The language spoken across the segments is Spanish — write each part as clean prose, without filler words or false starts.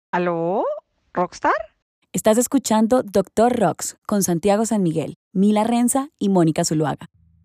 ¿Aló? ¿Rockstar? Estás escuchando Doctor Rocks con Santiago San Miguel, Mila Renza y Mónica Zuluaga.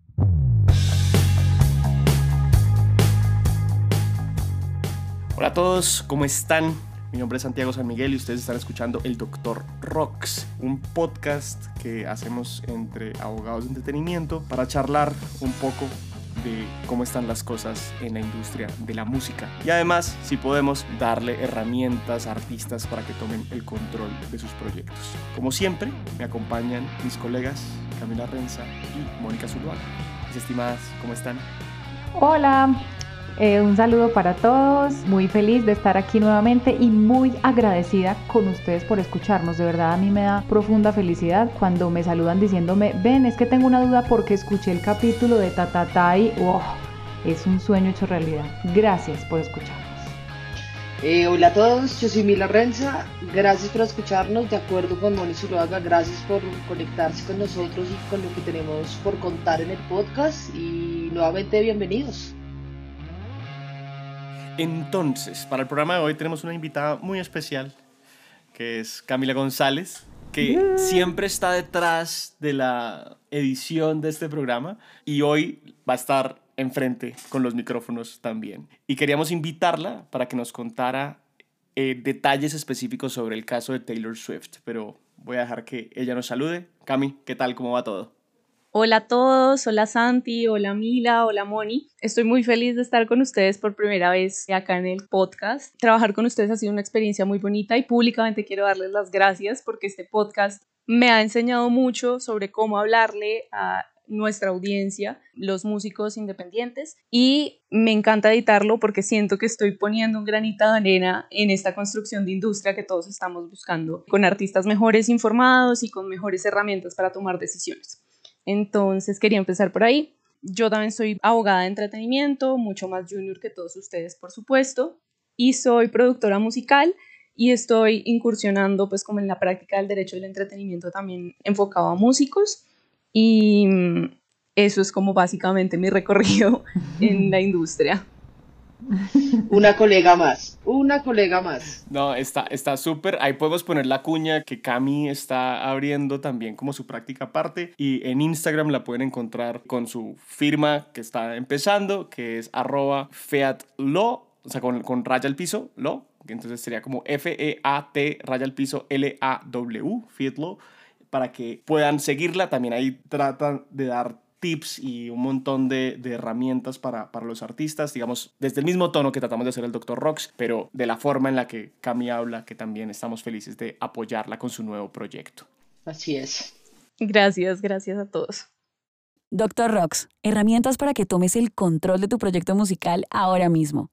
Hola a todos, ¿cómo están? Mi nombre es Santiago San Miguel y ustedes están escuchando el Doctor Rocks, un podcast que hacemos entre abogados de entretenimiento para charlar un poco de cómo están las cosas en la industria de la música. Y además, si podemos, darle herramientas a artistas para que tomen el control de sus proyectos. Como siempre, me acompañan mis colegas Camila Renza y Mónica Zuluaga. Mis estimadas, ¿cómo están? Hola, un saludo para todos, muy feliz de estar aquí nuevamente y muy agradecida con ustedes por escucharnos. De verdad a mí me da profunda felicidad cuando me saludan diciéndome, ven, es que tengo una duda porque escuché el capítulo de Ta y wow, es un sueño hecho realidad. Gracias por escucharnos. Hola a todos, yo soy Mila Renza, gracias por escucharnos, de acuerdo con Moni Zuluaga, gracias por conectarse con nosotros y con lo que tenemos por contar en el podcast y nuevamente bienvenidos. Entonces, para el programa de hoy tenemos una invitada muy especial, que es Camila González, que siempre está detrás de la edición de este programa y hoy va a estar enfrente con los micrófonos también. Y queríamos invitarla para que nos contara detalles específicos sobre el caso de Taylor Swift, pero voy a dejar que ella nos salude. Cami, ¿qué tal? ¿Cómo va todo? Hola a todos, hola Santi, hola Mila, hola Moni. Estoy muy feliz de estar con ustedes por primera vez acá en el podcast. Trabajar con ustedes ha sido una experiencia muy bonita y públicamente quiero darles las gracias porque este podcast me ha enseñado mucho sobre cómo hablarle a nuestra audiencia, los músicos independientes, y me encanta editarlo porque siento que estoy poniendo un granito de arena en esta construcción de industria que todos estamos buscando, con artistas mejores informados y con mejores herramientas para tomar decisiones. Entonces quería empezar por ahí. Yo también soy abogada de entretenimiento, mucho más junior que todos ustedes, por supuesto, y soy productora musical y estoy incursionando pues como en la práctica del derecho del entretenimiento también enfocado a músicos y eso es como básicamente mi recorrido en la industria. Una colega más. No, está súper. Ahí podemos poner la cuña que Cami está abriendo también como su práctica aparte. Y en Instagram la pueden encontrar con su firma que está empezando, que es @featlaw, o sea, con raya al piso, law. Entonces sería como FEAT raya al piso LAW, Featlaw, para que puedan seguirla. También ahí tratan de dar tips y un montón de herramientas para los artistas, digamos, desde el mismo tono que tratamos de hacer el Dr. Rocks, pero de la forma en la que Cami habla, que también estamos felices de apoyarla con su nuevo proyecto. Así es. Gracias a todos. Doctor Rocks, herramientas para que tomes el control de tu proyecto musical ahora mismo.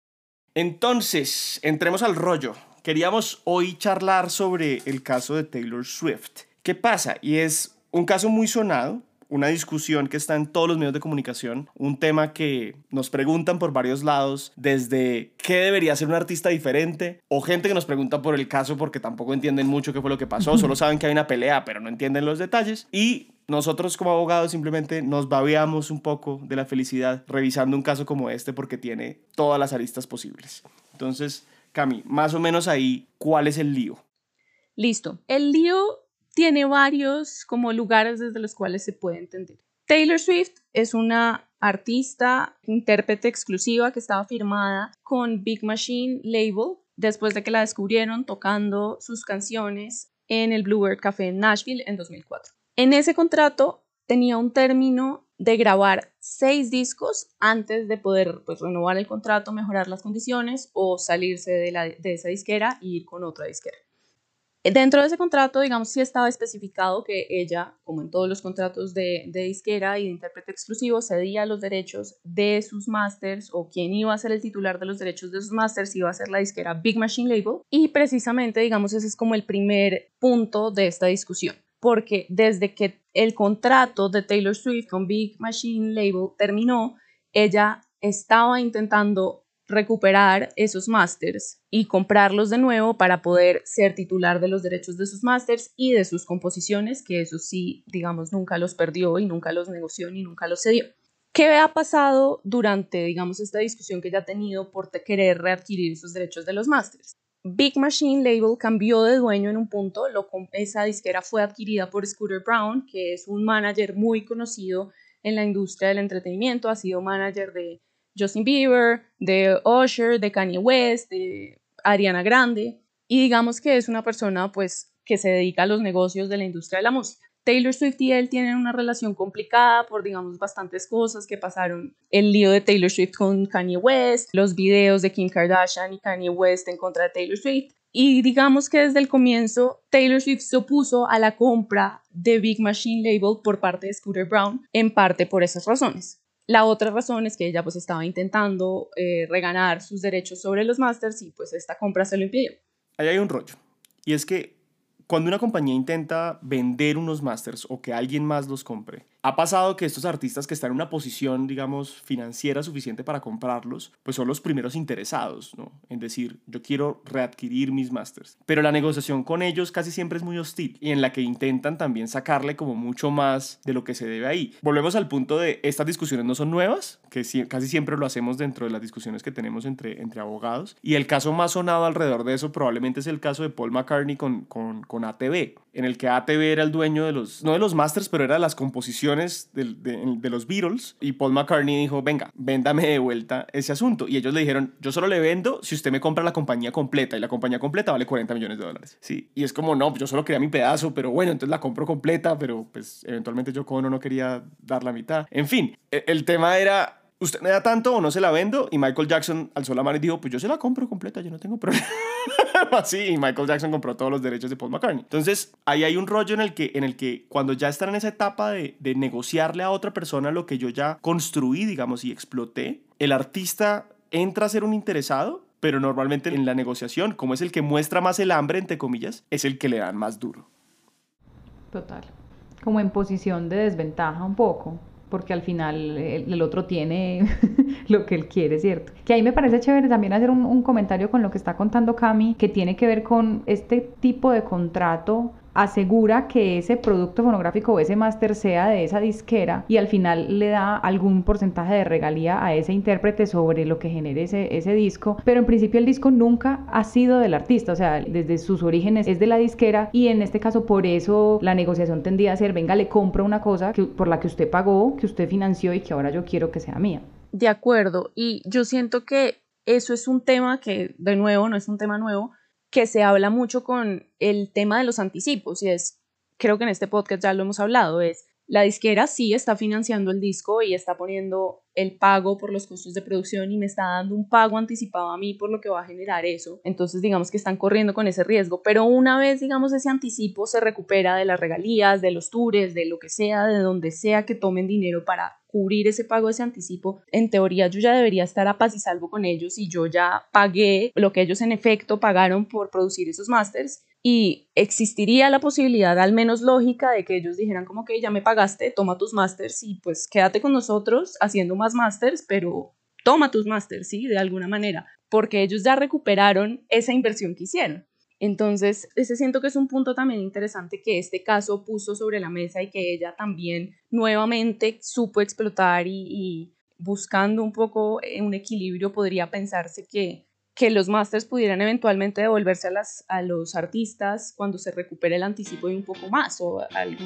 Entonces, entremos al rollo. Queríamos hoy charlar sobre el caso de Taylor Swift. ¿Qué pasa? Y es un caso muy sonado, una discusión que está en todos los medios de comunicación, un tema que nos preguntan por varios lados, desde qué debería ser un artista diferente, o gente que nos pregunta por el caso porque tampoco entienden mucho qué fue lo que pasó, solo saben que hay una pelea, pero no entienden los detalles, y nosotros como abogados simplemente nos babeamos un poco de la felicidad revisando un caso como este porque tiene todas las aristas posibles. Entonces, Cami, más o menos ahí, ¿cuál es el lío? Listo. El lío tiene varios como lugares desde los cuales se puede entender. Taylor Swift es una artista, intérprete exclusiva que estaba firmada con Big Machine Label después de que la descubrieron tocando sus canciones en el Bluebird Café en Nashville en 2004. En ese contrato tenía un término de grabar 6 discos antes de poder pues, renovar el contrato, mejorar las condiciones o salirse de esa disquera e ir con otra disquera. Dentro de ese contrato, digamos, sí estaba especificado que ella, como en todos los contratos de disquera y de intérprete exclusivo, cedía los derechos de sus masters o quien iba a ser el titular de los derechos de sus masters iba a ser la disquera Big Machine Label. Y precisamente, digamos, ese es como el primer punto de esta discusión. Porque desde que el contrato de Taylor Swift con Big Machine Label terminó, ella estaba intentando recuperar esos másters y comprarlos de nuevo para poder ser titular de los derechos de sus másters y de sus composiciones, que eso sí, digamos, nunca los perdió y nunca los negoció ni nunca los cedió. ¿Qué ha pasado durante, digamos, esta discusión que ella ha tenido por querer readquirir sus derechos de los másters? Big Machine Label cambió de dueño en un punto, esa disquera fue adquirida por Scooter Braun, que es un manager muy conocido en la industria del entretenimiento, ha sido manager de Justin Bieber, de Usher, de Kanye West, de Ariana Grande, y digamos que es una persona pues que se dedica a los negocios de la industria de la música. Taylor Swift y él tienen una relación complicada por, digamos, bastantes cosas que pasaron. El lío de Taylor Swift con Kanye West, los videos de Kim Kardashian y Kanye West en contra de Taylor Swift. Y digamos que desde el comienzo Taylor Swift se opuso a la compra de Big Machine Label por parte de Scooter Braun, en parte por esas razones. La otra razón es que ella pues estaba intentando reganar sus derechos sobre los masters y pues esta compra se lo impidió. Ahí hay un rollo, y es que cuando una compañía intenta vender unos masters o que alguien más los compre, ha pasado que estos artistas que están en una posición, digamos, financiera suficiente para comprarlos, pues son los primeros interesados, ¿no? En decir, yo quiero readquirir mis masters. Pero la negociación con ellos casi siempre es muy hostil y en la que intentan también sacarle como mucho más de lo que se debe ahí. Volvemos al punto de estas discusiones no son nuevas, que casi siempre lo hacemos dentro de las discusiones que tenemos entre abogados. Y el caso más sonado alrededor de eso probablemente es el caso de Paul McCartney con ATV, en el que ATV era el dueño de los, no de los masters, pero era de las composiciones de los Beatles, y Paul McCartney dijo, venga, véndame de vuelta ese asunto, y ellos le dijeron, yo solo le vendo si usted me compra la compañía completa, y la compañía completa vale $40 millones, ¿sí? Y es como, no, yo solo quería mi pedazo, pero bueno, entonces la compro completa, pero pues eventualmente Yoko Ono no quería dar la mitad. En fin, el tema era, ¿usted me da tanto o no se la vendo? Y Michael Jackson alzó la mano y dijo, pues yo se la compro completa, yo no tengo problema. Así, y Michael Jackson compró todos los derechos de Paul McCartney. Entonces, ahí hay un rollo en el que cuando ya están en esa etapa de negociarle a otra persona lo que yo ya construí, digamos, y exploté, el artista entra a ser un interesado, pero normalmente en la negociación, como es el que muestra más el hambre, entre comillas, es el que le dan más duro. Total. Como en posición de desventaja un poco, porque al final el otro tiene lo que él quiere, ¿cierto? Que ahí me parece chévere también hacer un comentario con lo que está contando Cami, que tiene que ver con este tipo de contrato asegura que ese producto fonográfico o ese máster sea de esa disquera y al final le da algún porcentaje de regalía a ese intérprete sobre lo que genere ese disco, pero en principio el disco nunca ha sido del artista, o sea, desde sus orígenes es de la disquera, y en este caso por eso la negociación tendría a ser, venga, le compro una cosa por la que usted pagó, que usted financió y que ahora yo quiero que sea mía. De acuerdo, y yo siento que eso es un tema que, de nuevo, no es un tema nuevo, que se habla mucho con el tema de los anticipos, y es, creo que en este podcast ya lo hemos hablado, es la disquera sí está financiando el disco y está poniendo el pago por los costos de producción y me está dando un pago anticipado a mí por lo que va a generar eso, entonces digamos que están corriendo con ese riesgo, pero una vez digamos ese anticipo se recupera de las regalías, de los tours, de lo que sea, de donde sea que tomen dinero para cubrir ese pago de ese anticipo, en teoría yo ya debería estar a paz y salvo con ellos y yo ya pagué lo que ellos en efecto pagaron por producir esos masters, y existiría la posibilidad, al menos lógica, de que ellos dijeran como que ya me pagaste, toma tus masters y pues quédate con nosotros haciendo más masters, pero toma tus masters, ¿sí? De alguna manera, porque ellos ya recuperaron esa inversión que hicieron. Entonces, ese siento que es un punto también interesante que este caso puso sobre la mesa y que ella también nuevamente supo explotar y buscando un poco un equilibrio podría pensarse que los masters pudieran eventualmente devolverse a los artistas cuando se recupere el anticipo y un poco más o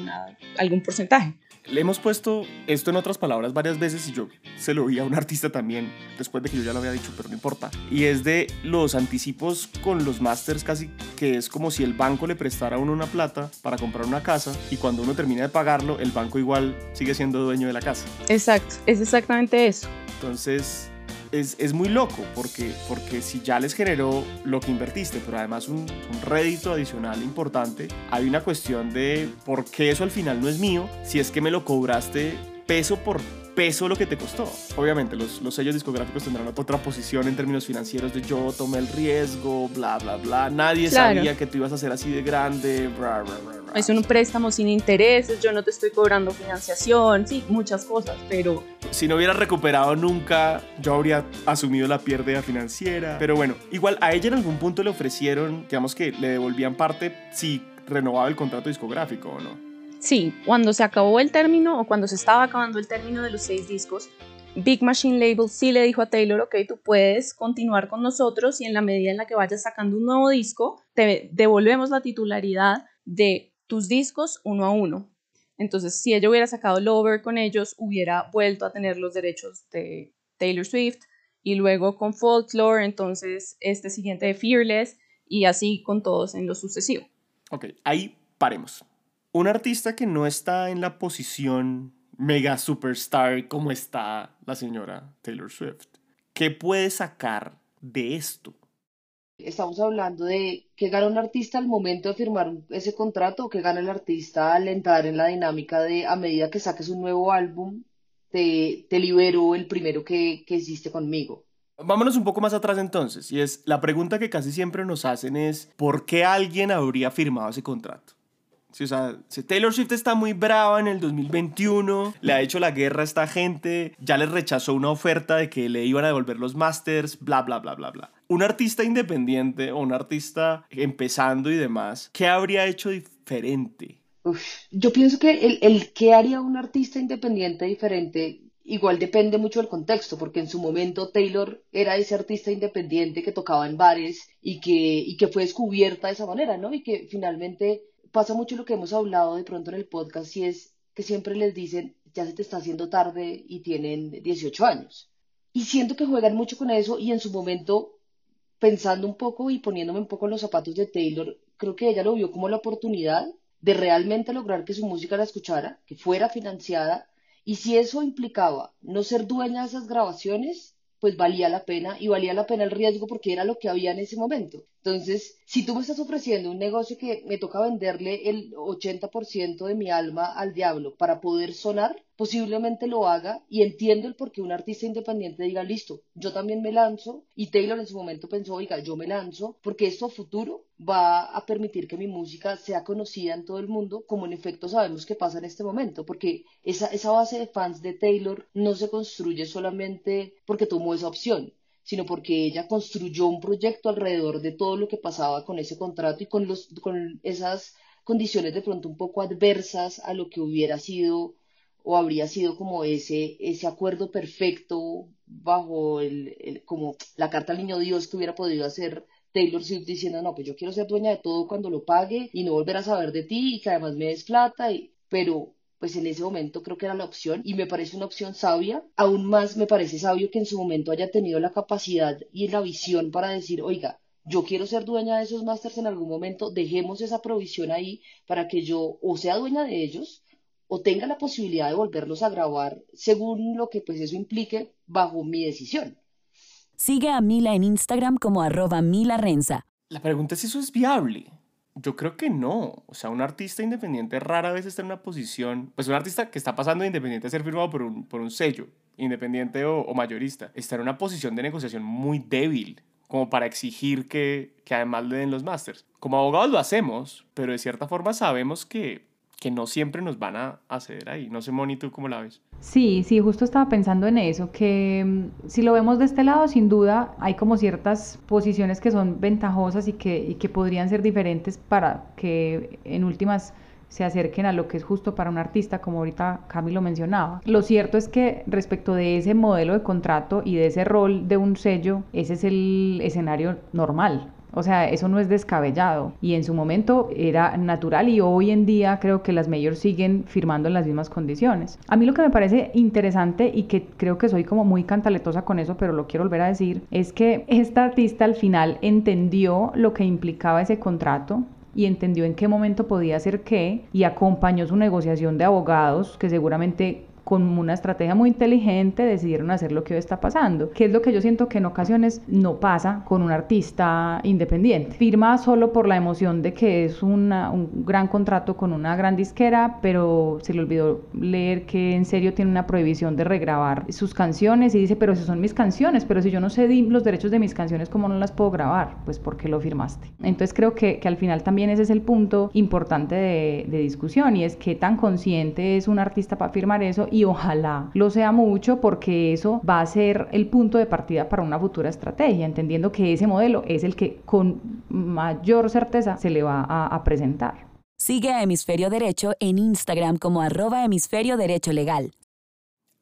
algún porcentaje. Le hemos puesto esto en otras palabras varias veces y yo se lo vi a un artista también después de que yo ya lo había dicho, pero no importa. Y es de los anticipos con los masters, casi que es como si el banco le prestara a uno una plata para comprar una casa y cuando uno termina de pagarlo, el banco igual sigue siendo dueño de la casa. Exacto, es exactamente eso. Entonces es muy loco porque si ya les generó lo que invertiste, pero además un rédito adicional importante, hay una cuestión de por qué eso al final no es mío si es que me lo cobraste peso por peso lo que te costó. Obviamente los sellos discográficos tendrán otra posición en términos financieros de yo tomé el riesgo, bla bla bla, nadie sabía que tú ibas a ser así de grande, bla bla bla. Es un préstamo sin intereses, yo no te estoy cobrando financiación, sí, muchas cosas, pero si no hubiera recuperado nunca, yo habría asumido la pérdida financiera. Pero bueno, igual a ella en algún punto le ofrecieron, digamos que le devolvían parte si renovaba el contrato discográfico o no. Sí, cuando se acabó el término o cuando se estaba acabando el término de los 6 discos, Big Machine Label sí le dijo a Taylor, ok, tú puedes continuar con nosotros y en la medida en la que vayas sacando un nuevo disco, te devolvemos la titularidad de tus discos uno a uno. Entonces, si ella hubiera sacado Lover con ellos, hubiera vuelto a tener los derechos de Taylor Swift, y luego con Folklore, entonces este siguiente de Fearless, y así con todos en lo sucesivo. Ok, ahí paremos. Un artista que no está en la posición mega superstar como está la señora Taylor Swift, ¿qué puede sacar de esto? Estamos hablando de qué gana un artista al momento de firmar ese contrato o qué gana el artista al entrar en la dinámica de a medida que saques un nuevo álbum, te libero el primero que hiciste conmigo. Vámonos un poco más atrás entonces, y es la pregunta que casi siempre nos hacen es ¿por qué alguien habría firmado ese contrato? Sí, o sea, si Taylor Swift está muy brava en el 2021, le ha hecho la guerra a esta gente, ya les rechazó una oferta de que le iban a devolver los masters, bla, bla, bla, bla, bla. Un artista independiente o un artista empezando y demás, ¿qué habría hecho diferente? Yo pienso que el qué haría un artista independiente diferente igual depende mucho del contexto, porque en su momento Taylor era ese artista independiente que tocaba en bares y que fue descubierta de esa manera, ¿no? Y que finalmente pasa mucho lo que hemos hablado de pronto en el podcast y es que siempre les dicen, ya se te está haciendo tarde y tienen 18 años. Y siento que juegan mucho con eso y en su momento, pensando un poco y poniéndome un poco en los zapatos de Taylor, creo que ella lo vio como la oportunidad de realmente lograr que su música la escuchara, que fuera financiada, y si eso implicaba no ser dueña de esas grabaciones, pues valía la pena y valía la pena el riesgo porque era lo que había en ese momento. Entonces, si tú me estás ofreciendo un negocio que me toca venderle el 80% de mi alma al diablo para poder sonar, posiblemente lo haga y entiendo el por qué un artista independiente diga, listo, yo también me lanzo y Taylor en su momento pensó, oiga, yo me lanzo porque esto a futuro va a permitir que mi música sea conocida en todo el mundo, como en efecto sabemos que pasa en este momento, porque esa base de fans de Taylor no se construye solamente porque tomó esa opción, sino porque ella construyó un proyecto alrededor de todo lo que pasaba con ese contrato y con esas condiciones de pronto un poco adversas a lo que hubiera sido o habría sido como ese acuerdo perfecto bajo como la carta al niño Dios que hubiera podido hacer Taylor Swift diciendo, no, pues yo quiero ser dueña de todo cuando lo pague y no volver a saber de ti y que además me des plata, pero pues en ese momento creo que era la opción y me parece una opción sabia. Aún más me parece sabio que en su momento haya tenido la capacidad y la visión para decir, oiga, yo quiero ser dueña de esos másters en algún momento, dejemos esa provisión ahí para que yo o sea dueña de ellos o tenga la posibilidad de volverlos a grabar según lo que pues eso implique bajo mi decisión. Sigue a Mila en Instagram como @milarenza. La pregunta es si eso es viable. Yo creo que no. O sea, un artista independiente rara vez está en una posición... Pues un artista que está pasando de independiente a ser firmado por un sello, independiente o mayorista, está en una posición de negociación muy débil como para exigir que además le den los másters. Como abogados lo hacemos, pero de cierta forma sabemos que no siempre nos van a ceder ahí. No sé, Moni, ¿tú cómo la ves? Sí, justo estaba pensando en eso, que si lo vemos de este lado, sin duda hay como ciertas posiciones que son ventajosas y que podrían ser diferentes para que en últimas se acerquen a lo que es justo para un artista, como ahorita Cami lo mencionaba. Lo cierto es que respecto de ese modelo de contrato y de ese rol de un sello, ese es el escenario normal. O sea, eso no es descabellado y en su momento era natural y hoy en día creo que las majors siguen firmando en las mismas condiciones. A mí lo que me parece interesante y que creo que soy como muy cantaletosa con eso, pero lo quiero volver a decir, es que esta artista al final entendió lo que implicaba ese contrato y entendió en qué momento podía hacer qué y acompañó su negociación de abogados que seguramente con una estrategia muy inteligente decidieron hacer lo que hoy está pasando, que es lo que yo siento que en ocasiones no pasa con un artista independiente. Firma solo por la emoción de que es un gran contrato con una gran disquera, pero se le olvidó leer que en serio tiene una prohibición de regrabar sus canciones y dice, pero esas son mis canciones, pero si yo no cedí los derechos de mis canciones, ¿cómo no las puedo grabar? Pues porque lo firmaste. Entonces creo que al final también ese es el punto importante de discusión y es qué tan consciente es un artista para firmar eso y ojalá lo sea mucho porque eso va a ser el punto de partida para una futura estrategia, entendiendo que ese modelo es el que con mayor certeza se le va a presentar. Sigue a Hemisferio Derecho en Instagram como @hemisferio derecho legal.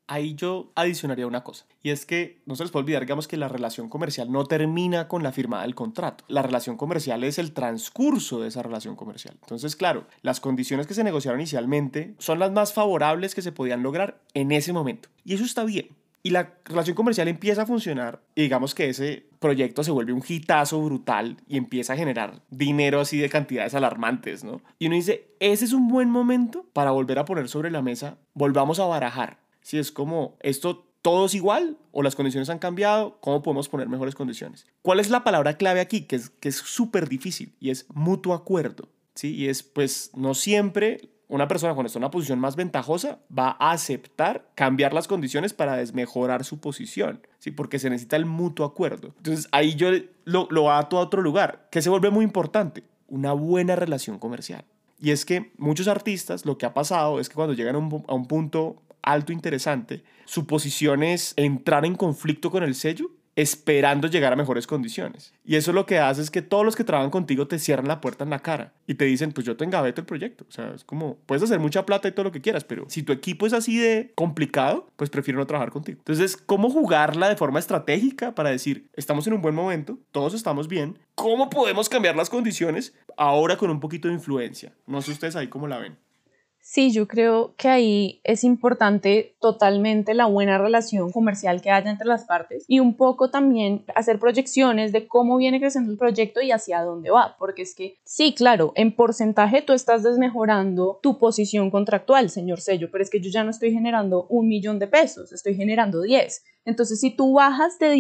ahí yo adicionaría una cosa, y es que no se les puede olvidar, digamos, que la relación comercial no termina con la firma del contrato. La relación comercial es el transcurso de esa relación comercial. Entonces, claro, las condiciones que se negociaron inicialmente son las más favorables que se podían lograr en ese momento, y eso está bien. Y la relación comercial empieza a funcionar y digamos que ese proyecto se vuelve un hitazo brutal y empieza a generar dinero así de cantidades alarmantes, ¿no? Y uno dice, ese es un buen momento para volver a poner sobre la mesa, volvamos a barajar. Si es como, ¿esto todo es igual o las condiciones han cambiado? ¿Cómo podemos poner mejores condiciones? ¿Cuál es la palabra clave aquí? Que es súper difícil, y es mutuo acuerdo, ¿sí? Y es, pues, no siempre una persona cuando está en una posición más ventajosa va a aceptar cambiar las condiciones para desmejorar su posición, ¿sí? Porque se necesita el mutuo acuerdo. Entonces ahí yo lo ato a otro lugar, que se vuelve muy importante, una buena relación comercial. Y es que muchos artistas, lo que ha pasado es que cuando llegan a un punto alto interesante, su posición es entrar en conflicto con el sello, esperando llegar a mejores condiciones. Y eso lo que hace es que todos los que trabajan contigo te cierran la puerta en la cara y te dicen, pues yo te engaveto el proyecto. O sea, es como, puedes hacer mucha plata y todo lo que quieras, pero si tu equipo es así de complicado, pues prefiero no trabajar contigo. Entonces, ¿cómo jugarla de forma estratégica para decir, estamos en un buen momento, todos estamos bien, ¿cómo podemos cambiar las condiciones ahora con un poquito de influencia? No sé ustedes ahí cómo la ven. Sí, yo creo que ahí es importante totalmente la buena relación comercial que haya entre las partes y un poco también hacer proyecciones de cómo viene creciendo el proyecto y hacia dónde va, porque es que sí, claro, en porcentaje tú estás desmejorando tu posición contractual, señor sello, pero es que yo ya no estoy generando 1 millón de pesos, estoy generando 10. Entonces, si tú bajas de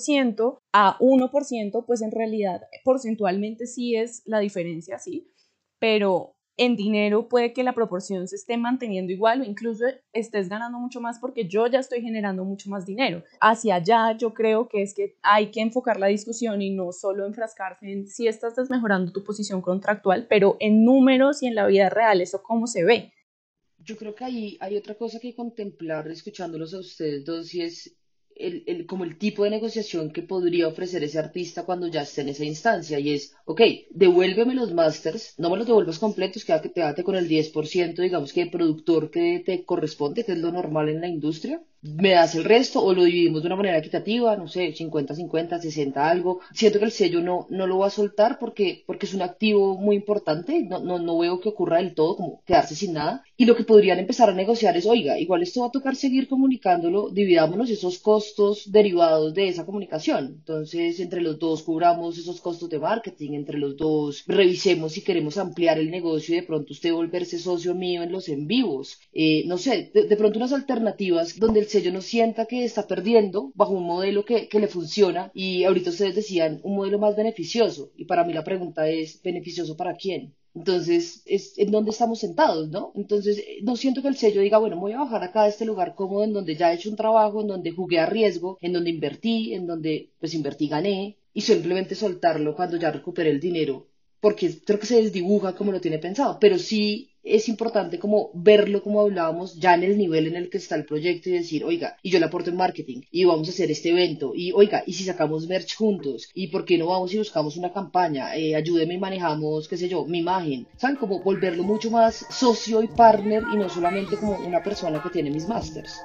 10% a 1%, pues en realidad porcentualmente sí es la diferencia, sí, pero en dinero puede que la proporción se esté manteniendo igual o incluso estés ganando mucho más porque yo ya estoy generando mucho más dinero. Hacia allá yo creo que es que hay que enfocar la discusión y no solo enfrascarse en si estás desmejorando tu posición contractual, pero en números y en la vida real, eso cómo se ve. Yo creo que ahí hay otra cosa que contemplar escuchándolos a ustedes dos y es como el tipo de negociación que podría ofrecer ese artista cuando ya esté en esa instancia y es, ok, devuélveme los masters, no me los devuelvas completos, quédate con el 10%, digamos que de productor que te corresponde, que es lo normal en la industria, me das el resto o lo dividimos de una manera equitativa, no sé, 50-50, 60 algo. Siento que el sello no lo va a soltar porque es un activo muy importante, no veo que ocurra del todo como quedarse sin nada. Y lo que podrían empezar a negociar es, oiga, igual esto va a tocar seguir comunicándolo, dividámonos esos costos derivados de esa comunicación. Entonces, entre los dos cubramos esos costos de marketing, entre los dos revisemos si queremos ampliar el negocio y de pronto usted volverse socio mío en los en vivos. No sé, de pronto unas alternativas donde el sello no sienta que está perdiendo bajo un modelo que le funciona y ahorita ustedes decían un modelo más beneficioso y para mí la pregunta es ¿beneficioso para quién? Entonces, es en donde estamos sentados, ¿no? Entonces, no siento que el sello diga, bueno, voy a bajar acá a este lugar cómodo en donde ya he hecho un trabajo, en donde jugué a riesgo, en donde invertí, en donde pues invertí, gané, y simplemente soltarlo cuando ya recuperé el dinero, porque creo que se desdibuja como lo tiene pensado, pero sí es importante como verlo como hablábamos ya en el nivel en el que está el proyecto y decir, oiga, y yo le aporto en marketing y vamos a hacer este evento y oiga, y si sacamos merch juntos y por qué no vamos y buscamos una campaña, ayúdeme y manejamos, qué sé yo, mi imagen, ¿saben? Como volverlo mucho más socio y partner y no solamente como una persona que tiene mis masters.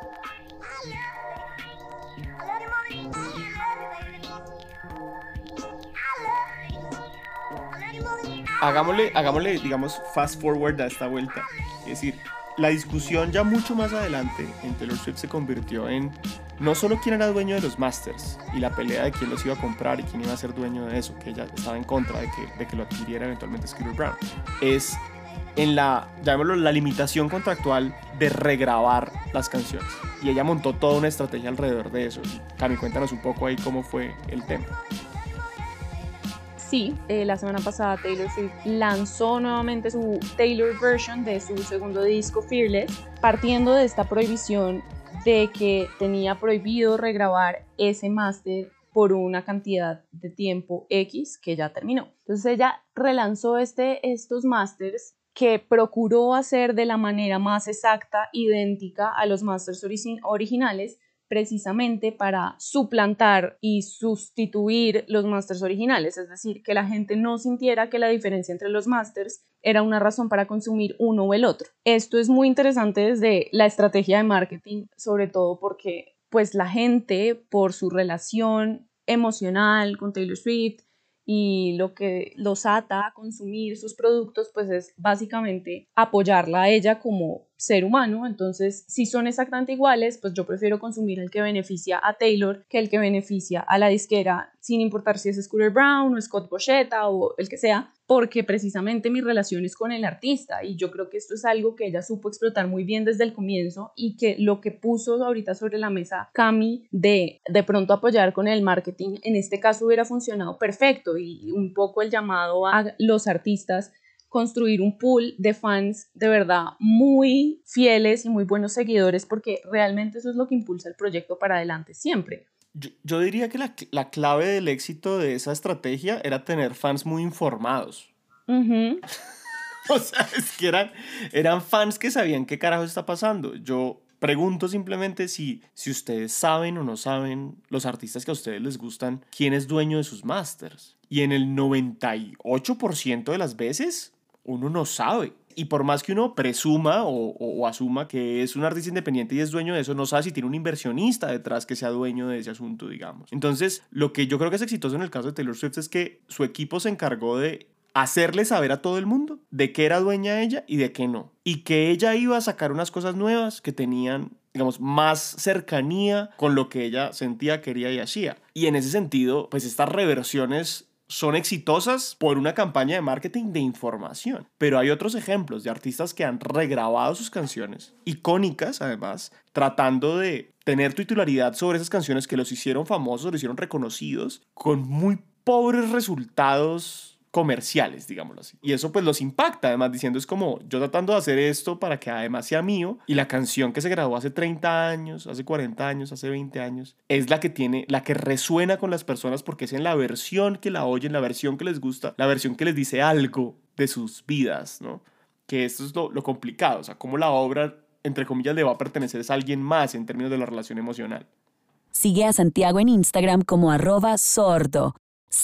Hagámosle, digamos, fast forward a esta vuelta. Es decir, la discusión ya mucho más adelante en Taylor Swift se convirtió en no solo quién era dueño de los masters y la pelea de quién los iba a comprar y quién iba a ser dueño de eso, que ella estaba en contra de que lo adquiriera eventualmente Scooter Braun. Es en llamémoslo, la limitación contractual de regrabar las canciones. Y ella montó toda una estrategia alrededor de eso. Cami, cuéntanos un poco ahí cómo fue el tema. Sí, la semana pasada Taylor Swift lanzó nuevamente su Taylor version de su segundo disco Fearless, partiendo de esta prohibición de que tenía prohibido regrabar ese máster por una cantidad de tiempo X que ya terminó. Entonces ella relanzó estos másters que procuró hacer de la manera más exacta, idéntica a los másters originales, precisamente para suplantar y sustituir los masters originales, es decir, que la gente no sintiera que la diferencia entre los masters era una razón para consumir uno o el otro. Esto es muy interesante desde la estrategia de marketing, sobre todo porque pues la gente, por su relación emocional con Taylor Swift y lo que los ata a consumir sus productos, pues es básicamente apoyarla a ella como ser humano. Entonces, si son exactamente iguales, pues yo prefiero consumir el que beneficia a Taylor que el que beneficia a la disquera, sin importar si es Scooter Braun o Scott Borchetta o el que sea, porque precisamente mi relación es con el artista, y yo creo que esto es algo que ella supo explotar muy bien desde el comienzo, y que lo que puso ahorita sobre la mesa Cami de pronto apoyar con el marketing, en este caso hubiera funcionado perfecto, y un poco el llamado a los artistas construir un pool de fans de verdad muy fieles y muy buenos seguidores, porque realmente eso es lo que impulsa el proyecto para adelante siempre. Yo diría que la clave del éxito de esa estrategia era tener fans muy informados. Uh-huh. O sea, es que eran fans que sabían qué carajo está pasando. Yo pregunto simplemente si ustedes saben o no saben, los artistas que a ustedes les gustan, quién es dueño de sus masters. Y en el 98% de las veces, uno no sabe. Y por más que uno presuma o asuma que es un artista independiente y es dueño de eso, no sabe si tiene un inversionista detrás que sea dueño de ese asunto, digamos. Entonces, lo que yo creo que es exitoso en el caso de Taylor Swift es que su equipo se encargó de hacerle saber a todo el mundo de qué era dueña ella y de qué no. Y que ella iba a sacar unas cosas nuevas que tenían, digamos, más cercanía con lo que ella sentía, quería y hacía. Y en ese sentido, pues estas reversiones son exitosas por una campaña de marketing de información. Pero hay otros ejemplos de artistas que han regrabado sus canciones, icónicas además, tratando de tener titularidad sobre esas canciones que los hicieron famosos, los hicieron reconocidos, con muy pobres resultados comerciales, digámoslo así. Y eso pues los impacta, además, diciendo es como yo tratando de hacer esto para que además sea mío, y la canción que se grabó hace 30 años, hace 40 años, hace 20 años, es la que resuena con las personas porque es en la versión que la oyen, la versión que les gusta, la versión que les dice algo de sus vidas, ¿no? Que esto es lo complicado, o sea, cómo la obra, entre comillas, le va a pertenecer a alguien más en términos de la relación emocional. Sigue a Santiago en Instagram como @sordo.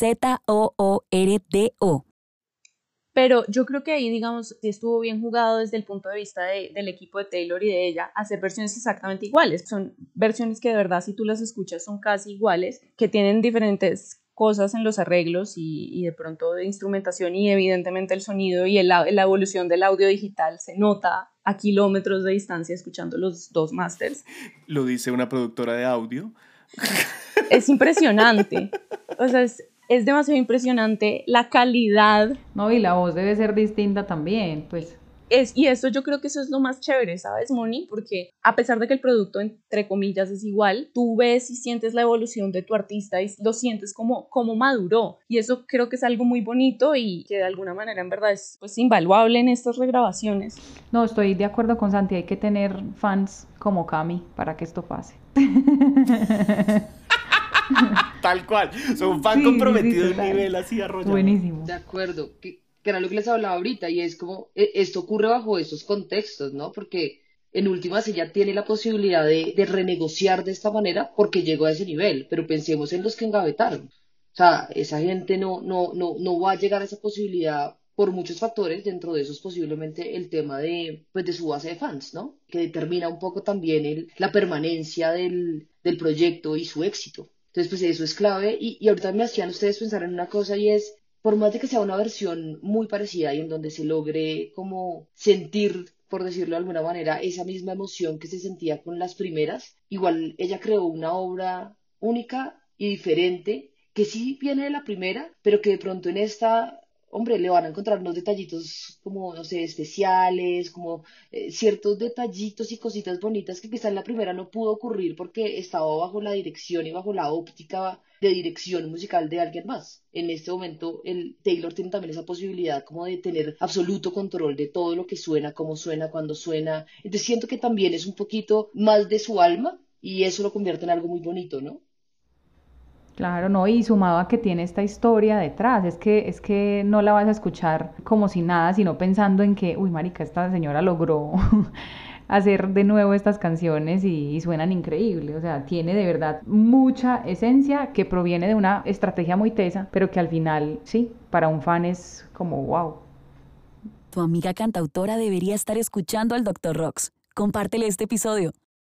ZOORDO. Pero yo creo que ahí, digamos, sí estuvo bien jugado desde el punto de vista del equipo de Taylor y de ella, hacer versiones exactamente iguales. Son versiones que de verdad, si tú las escuchas, son casi iguales, que tienen diferentes cosas en los arreglos y de pronto de instrumentación, y evidentemente el sonido y la evolución del audio digital se nota a kilómetros de distancia escuchando los dos masters. Lo dice una productora de audio. Es impresionante. O sea, es demasiado impresionante la calidad. No, y la voz debe ser distinta también, pues. Y eso, yo creo que eso es lo más chévere, ¿sabes, Moni? Porque a pesar de que el producto, entre comillas, es igual, tú ves y sientes la evolución de tu artista y lo sientes como maduró. Y eso creo que es algo muy bonito y que de alguna manera en verdad es pues invaluable en estas regrabaciones. No, estoy de acuerdo con Santi, hay que tener fans como Cami para que esto pase. Tal cual, son un fan comprometido de un nivel así arrollado. Buenísimo. De acuerdo, que era lo que les hablaba ahorita, y es como, esto ocurre bajo estos contextos, ¿no? Porque en últimas ella tiene la posibilidad de renegociar de esta manera porque llegó a ese nivel, pero pensemos en los que engavetaron. O sea, esa gente no va a llegar a esa posibilidad por muchos factores, dentro de esos posiblemente el tema de su base de fans, ¿no? Que determina un poco también la permanencia del proyecto y su éxito. Entonces, pues eso es clave, y ahorita me hacían ustedes pensar en una cosa, y es, por más de que sea una versión muy parecida y en donde se logre como sentir, por decirlo de alguna manera, esa misma emoción que se sentía con las primeras, igual ella creó una obra única y diferente, que sí viene de la primera, pero que de pronto en esta, hombre, le van a encontrar unos detallitos como, no sé, especiales, como ciertos detallitos y cositas bonitas que quizá en la primera no pudo ocurrir porque estaba bajo la dirección y bajo la óptica de dirección musical de alguien más. En este momento el Taylor tiene también esa posibilidad como de tener absoluto control de todo lo que suena, cómo suena, cuándo suena. Entonces siento que también es un poquito más de su alma, y eso lo convierte en algo muy bonito, ¿no? Claro, no, y sumado a que tiene esta historia detrás, es que no la vas a escuchar como si nada, sino pensando en que, uy, marica, esta señora logró hacer de nuevo estas canciones y suenan increíble. O sea, tiene de verdad mucha esencia que proviene de una estrategia muy tesa, pero que al final, sí, para un fan es como wow. Tu amiga cantautora debería estar escuchando al Dr. Rox. Compártele este episodio.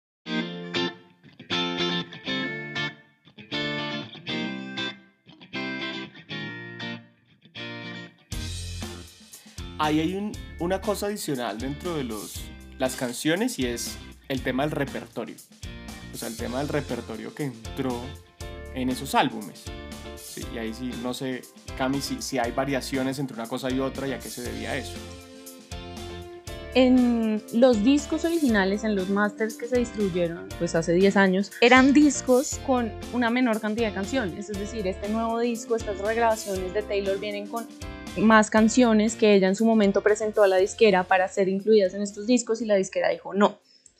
Ahí hay una cosa adicional dentro de las canciones y es el tema del repertorio. O sea, el tema del repertorio que entró en esos álbumes. Sí, y ahí sí, no sé, Cami, si hay variaciones entre una cosa y otra y a qué se debía eso. En los discos originales, en los masters que se distribuyeron pues hace 10 años, eran discos con una menor cantidad de canciones. Es decir, este nuevo disco, estas regrabaciones de Taylor vienen con más canciones que ella en su momento presentó a la disquera para ser incluidas en estos discos y la disquera dijo no.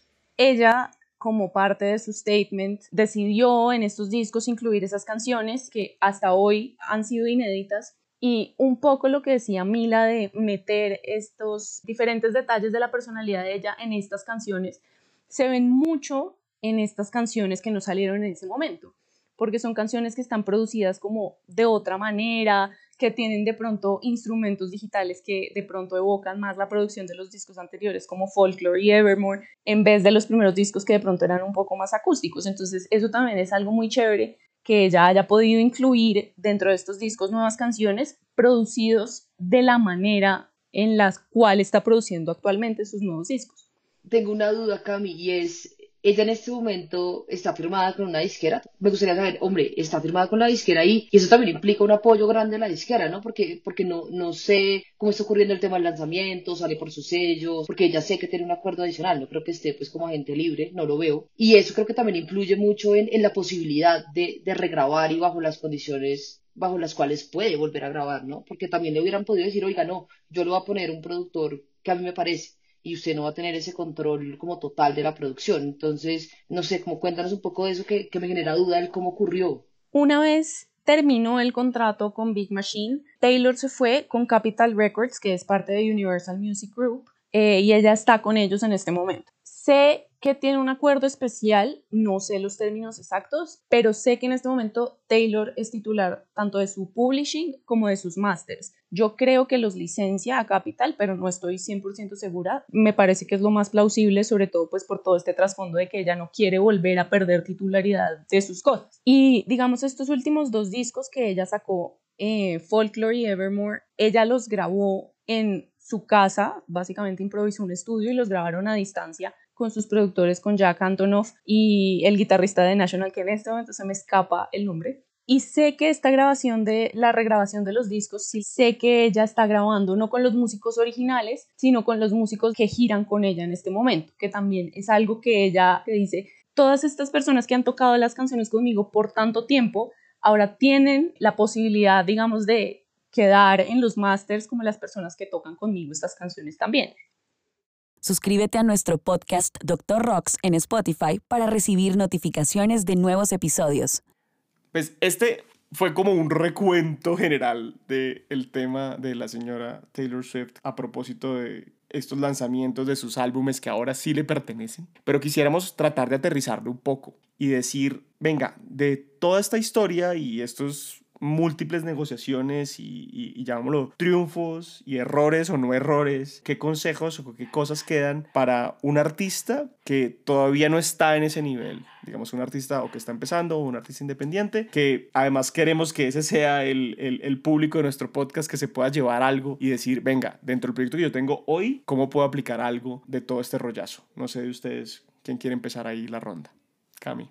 Ella, como parte de su statement, decidió en estos discos incluir esas canciones que hasta hoy han sido inéditas y un poco lo que decía Mila de meter estos diferentes detalles de la personalidad de ella en estas canciones se ven mucho en estas canciones que no salieron en ese momento, porque son canciones que están producidas como de otra manera, que tienen de pronto instrumentos digitales que de pronto evocan más la producción de los discos anteriores como Folklore y Evermore, en vez de los primeros discos que de pronto eran un poco más acústicos. Entonces eso también es algo muy chévere, que ella haya podido incluir dentro de estos discos nuevas canciones producidos de la manera en la cual está produciendo actualmente sus nuevos discos. Tengo una duda, Cami, y es, ella en este momento está firmada con una disquera. Me gustaría saber, hombre, está firmada con la disquera y eso también implica un apoyo grande de la disquera, ¿no? Porque no sé cómo está ocurriendo el tema del lanzamiento, sale por sus sellos, porque ella sé que tiene un acuerdo adicional, no creo que esté pues como agente libre, no lo veo. Y eso creo que también influye mucho en la posibilidad de regrabar y bajo las condiciones bajo las cuales puede volver a grabar, ¿no? Porque también le hubieran podido decir, oiga, no, yo le voy a poner un productor que a mí me parece y usted no va a tener ese control como total de la producción. Entonces, no sé, como cuéntanos un poco de eso que me genera duda el cómo ocurrió. Una vez terminó el contrato con Big Machine, Taylor se fue con Capitol Records, que es parte de Universal Music Group, y ella está con ellos en este momento. Sé que tiene un acuerdo especial, no sé los términos exactos, pero sé que en este momento Taylor es titular tanto de su publishing como de sus masters. Yo creo que los licencia a Capitol, pero no estoy 100% segura. Me parece que es lo más plausible, sobre todo pues por todo este trasfondo de que ella no quiere volver a perder titularidad de sus cosas. Y digamos estos últimos 2 discos que ella sacó, Folklore y Evermore, ella los grabó en su casa, básicamente improvisó un estudio y los grabaron a distancia con sus productores, con Jack Antonoff y el guitarrista de National, que en este momento se me escapa el nombre. Y sé que esta grabación de la regrabación de los discos, sí sé que ella está grabando no con los músicos originales, sino con los músicos que giran con ella en este momento, que también es algo que ella que dice, todas estas personas que han tocado las canciones conmigo por tanto tiempo, ahora tienen la posibilidad, digamos, de quedar en los masters como las personas que tocan conmigo estas canciones también. Suscríbete a nuestro podcast Dr. Rox en Spotify para recibir notificaciones de nuevos episodios. Pues este fue como un recuento general del tema de la señora Taylor Swift a propósito de estos lanzamientos de sus álbumes que ahora sí le pertenecen. Pero quisiéramos tratar de aterrizarlo un poco y decir, venga, de toda esta historia y estos múltiples negociaciones y llamémoslo triunfos y errores o no errores, qué consejos o qué cosas quedan para un artista que todavía no está en ese nivel, digamos un artista o que está empezando o un artista independiente, que además queremos que ese sea el público de nuestro podcast, que se pueda llevar algo y decir, venga, dentro del proyecto que yo tengo hoy, ¿cómo puedo aplicar algo de todo este rollazo? No sé de ustedes, ¿quién quiere empezar ahí la ronda? Cami.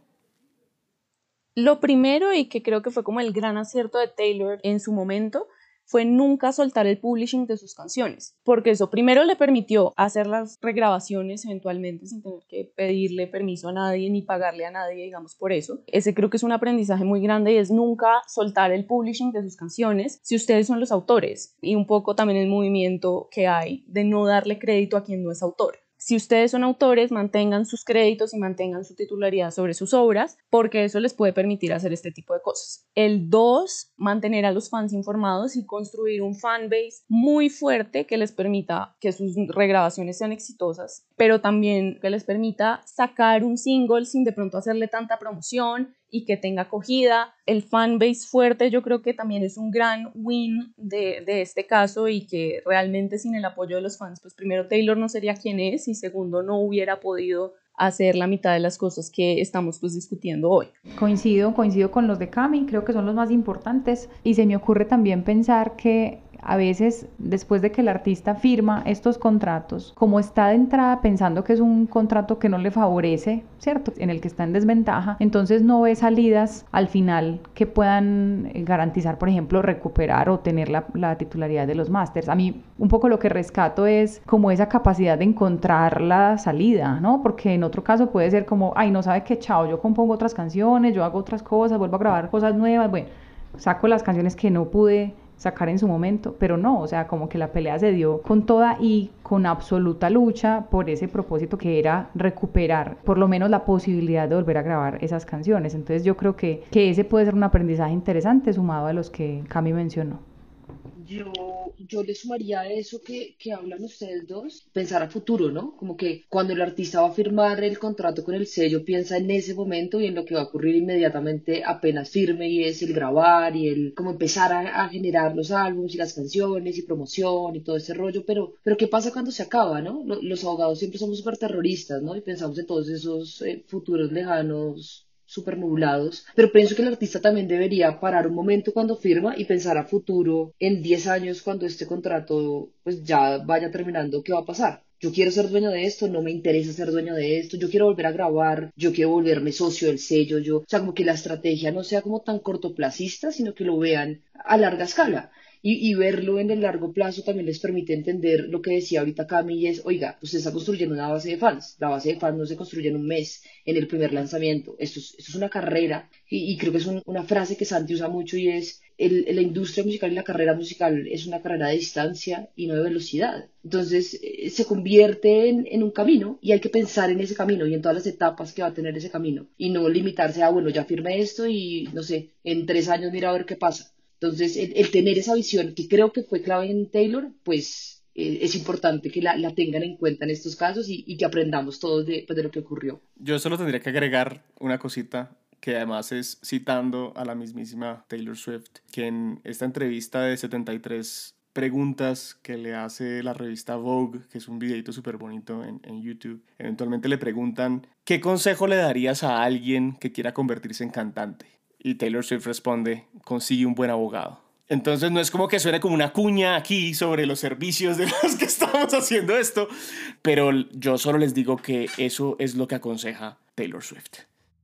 Lo primero, y que creo que fue como el gran acierto de Taylor en su momento, fue nunca soltar el publishing de sus canciones, porque eso primero le permitió hacer las regrabaciones eventualmente sin tener que pedirle permiso a nadie ni pagarle a nadie, digamos, por eso. Ese creo que es un aprendizaje muy grande, y es nunca soltar el publishing de sus canciones si ustedes son los autores, y un poco también el movimiento que hay de no darle crédito a quien no es autor. si ustedes son autores, mantengan sus créditos y mantengan su titularidad sobre sus obras, porque eso les puede permitir hacer este tipo de cosas. El 2, mantener a los fans informados y construir un fanbase muy fuerte que les permita que sus regrabaciones sean exitosas, pero también que les permita sacar un single sin de pronto hacerle tanta promoción y que tenga acogida. El fanbase fuerte yo creo que también es un gran win de este caso, y que realmente sin el apoyo de los fans, pues primero Taylor no sería quien es, y segundo no hubiera podido hacer la mitad de las cosas que estamos pues discutiendo hoy. Coincido con los de Cami, creo que son los más importantes, y se me ocurre también pensar que a veces después de que el artista firma estos contratos, como está de entrada pensando que es un contrato que no le favorece, ¿cierto?, en el que está en desventaja, entonces no ve salidas al final que puedan garantizar, por ejemplo, recuperar o tener la titularidad de los másters. A mí un poco lo que rescato es como esa capacidad de encontrar la salida, ¿no? Porque en otro caso puede ser como, ay, no sabe qué, chao, yo compongo otras canciones, yo hago otras cosas, vuelvo a grabar cosas nuevas, bueno, saco las canciones que no pude sacar en su momento, pero no, o sea, como que la pelea se dio con toda y con absoluta lucha por ese propósito que era recuperar por lo menos la posibilidad de volver a grabar esas canciones. Entonces yo creo que ese puede ser un aprendizaje interesante sumado a los que Cami mencionó. Yo le sumaría a eso que hablan ustedes dos, pensar a futuro, ¿no? Como que cuando el artista va a firmar el contrato con el sello, piensa en ese momento y en lo que va a ocurrir inmediatamente apenas firme, y es el grabar y el como empezar a generar los álbumes y las canciones y promoción y todo ese rollo, pero ¿qué pasa cuando se acaba, no? Los abogados siempre somos súper terroristas, ¿no? Y pensamos en todos esos futuros lejanos súper nublados, pero pienso que el artista también debería parar un momento cuando firma y pensar a futuro, en 10 años, cuando este contrato pues ya vaya terminando, ¿qué va a pasar? Yo quiero ser dueño de esto, no me interesa ser dueño de esto, yo quiero volver a grabar, yo quiero volverme socio del sello, o sea, como que la estrategia no sea como tan cortoplacista, sino que lo vean a larga escala. Y verlo en el largo plazo también les permite entender lo que decía ahorita Cami, y es, oiga, usted está construyendo una base de fans. La base de fans no se construye en un mes, en el primer lanzamiento. Esto es una carrera, y creo que es una frase que Santi usa mucho, y es, la industria musical y la carrera musical es una carrera de distancia y no de velocidad. Entonces se convierte en un camino, y hay que pensar en ese camino y en todas las etapas que va a tener ese camino, y no limitarse a, bueno, ya firmé esto y, no sé, en 3 años mira a ver qué pasa. Entonces, el tener esa visión, que creo que fue clave en Taylor, pues es importante que la tengan en cuenta en estos casos, y que aprendamos todos de lo que ocurrió. Yo solo tendría que agregar una cosita, que además es citando a la mismísima Taylor Swift, que en esta entrevista de 73 preguntas que le hace la revista Vogue, que es un videito súper bonito en YouTube, eventualmente le preguntan, ¿qué consejo le darías a alguien que quiera convertirse en cantante? Y Taylor Swift responde, consigue un buen abogado. Entonces no es como que suene como una cuña aquí sobre los servicios de los que estamos haciendo esto, pero yo solo les digo que eso es lo que aconseja Taylor Swift.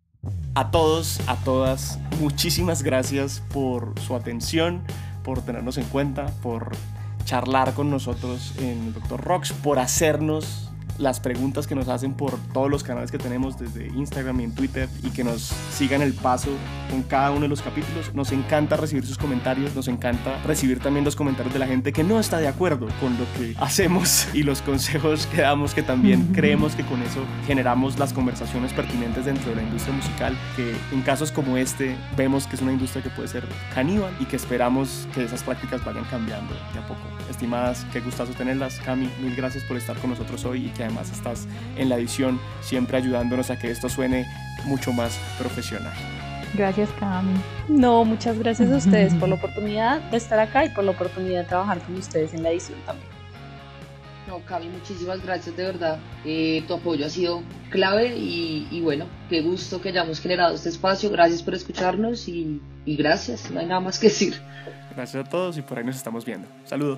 A todos, a todas, muchísimas gracias por su atención, por tenernos en cuenta, por charlar con nosotros en Dr. Rocks, por hacernos las preguntas que nos hacen por todos los canales que tenemos desde Instagram y en Twitter, y que nos sigan el paso con cada uno de los capítulos. Nos encanta recibir sus comentarios, nos encanta recibir también los comentarios de la gente que no está de acuerdo con lo que hacemos y los consejos que damos, que también creemos que con eso generamos las conversaciones pertinentes dentro de la industria musical, que en casos como este vemos que es una industria que puede ser caníbal, y que esperamos que esas prácticas vayan cambiando de a poco. Estimadas, qué gustazo tenerlas. Cami, mil gracias por estar con nosotros hoy, y que además estás en la edición, siempre ayudándonos a que esto suene mucho más profesional. Gracias, Cami. No, muchas gracias a ustedes por la oportunidad de estar acá y por la oportunidad de trabajar con ustedes en la edición también. No, Cami, muchísimas gracias, de verdad. Tu apoyo ha sido clave, y bueno, qué gusto que hayamos generado este espacio. Gracias por escucharnos y gracias, no hay nada más que decir. Gracias a todos, y por ahí nos estamos viendo. Saludos.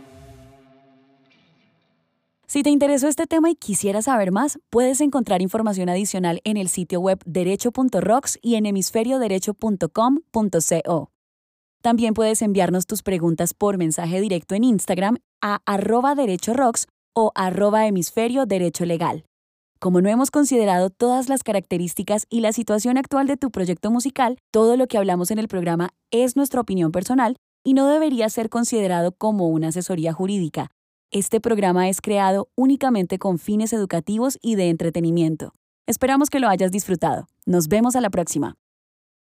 Si te interesó este tema y quisieras saber más, puedes encontrar información adicional en el sitio web derecho.rocks y en hemisferioderecho.com.co. También puedes enviarnos tus preguntas por mensaje directo en Instagram a @derechorocks o @hemisferioderecholegal. Como no hemos considerado todas las características y la situación actual de tu proyecto musical, todo lo que hablamos en el programa es nuestra opinión personal y no debería ser considerado como una asesoría jurídica. Este programa es creado únicamente con fines educativos y de entretenimiento. Esperamos que lo hayas disfrutado. Nos vemos a la próxima.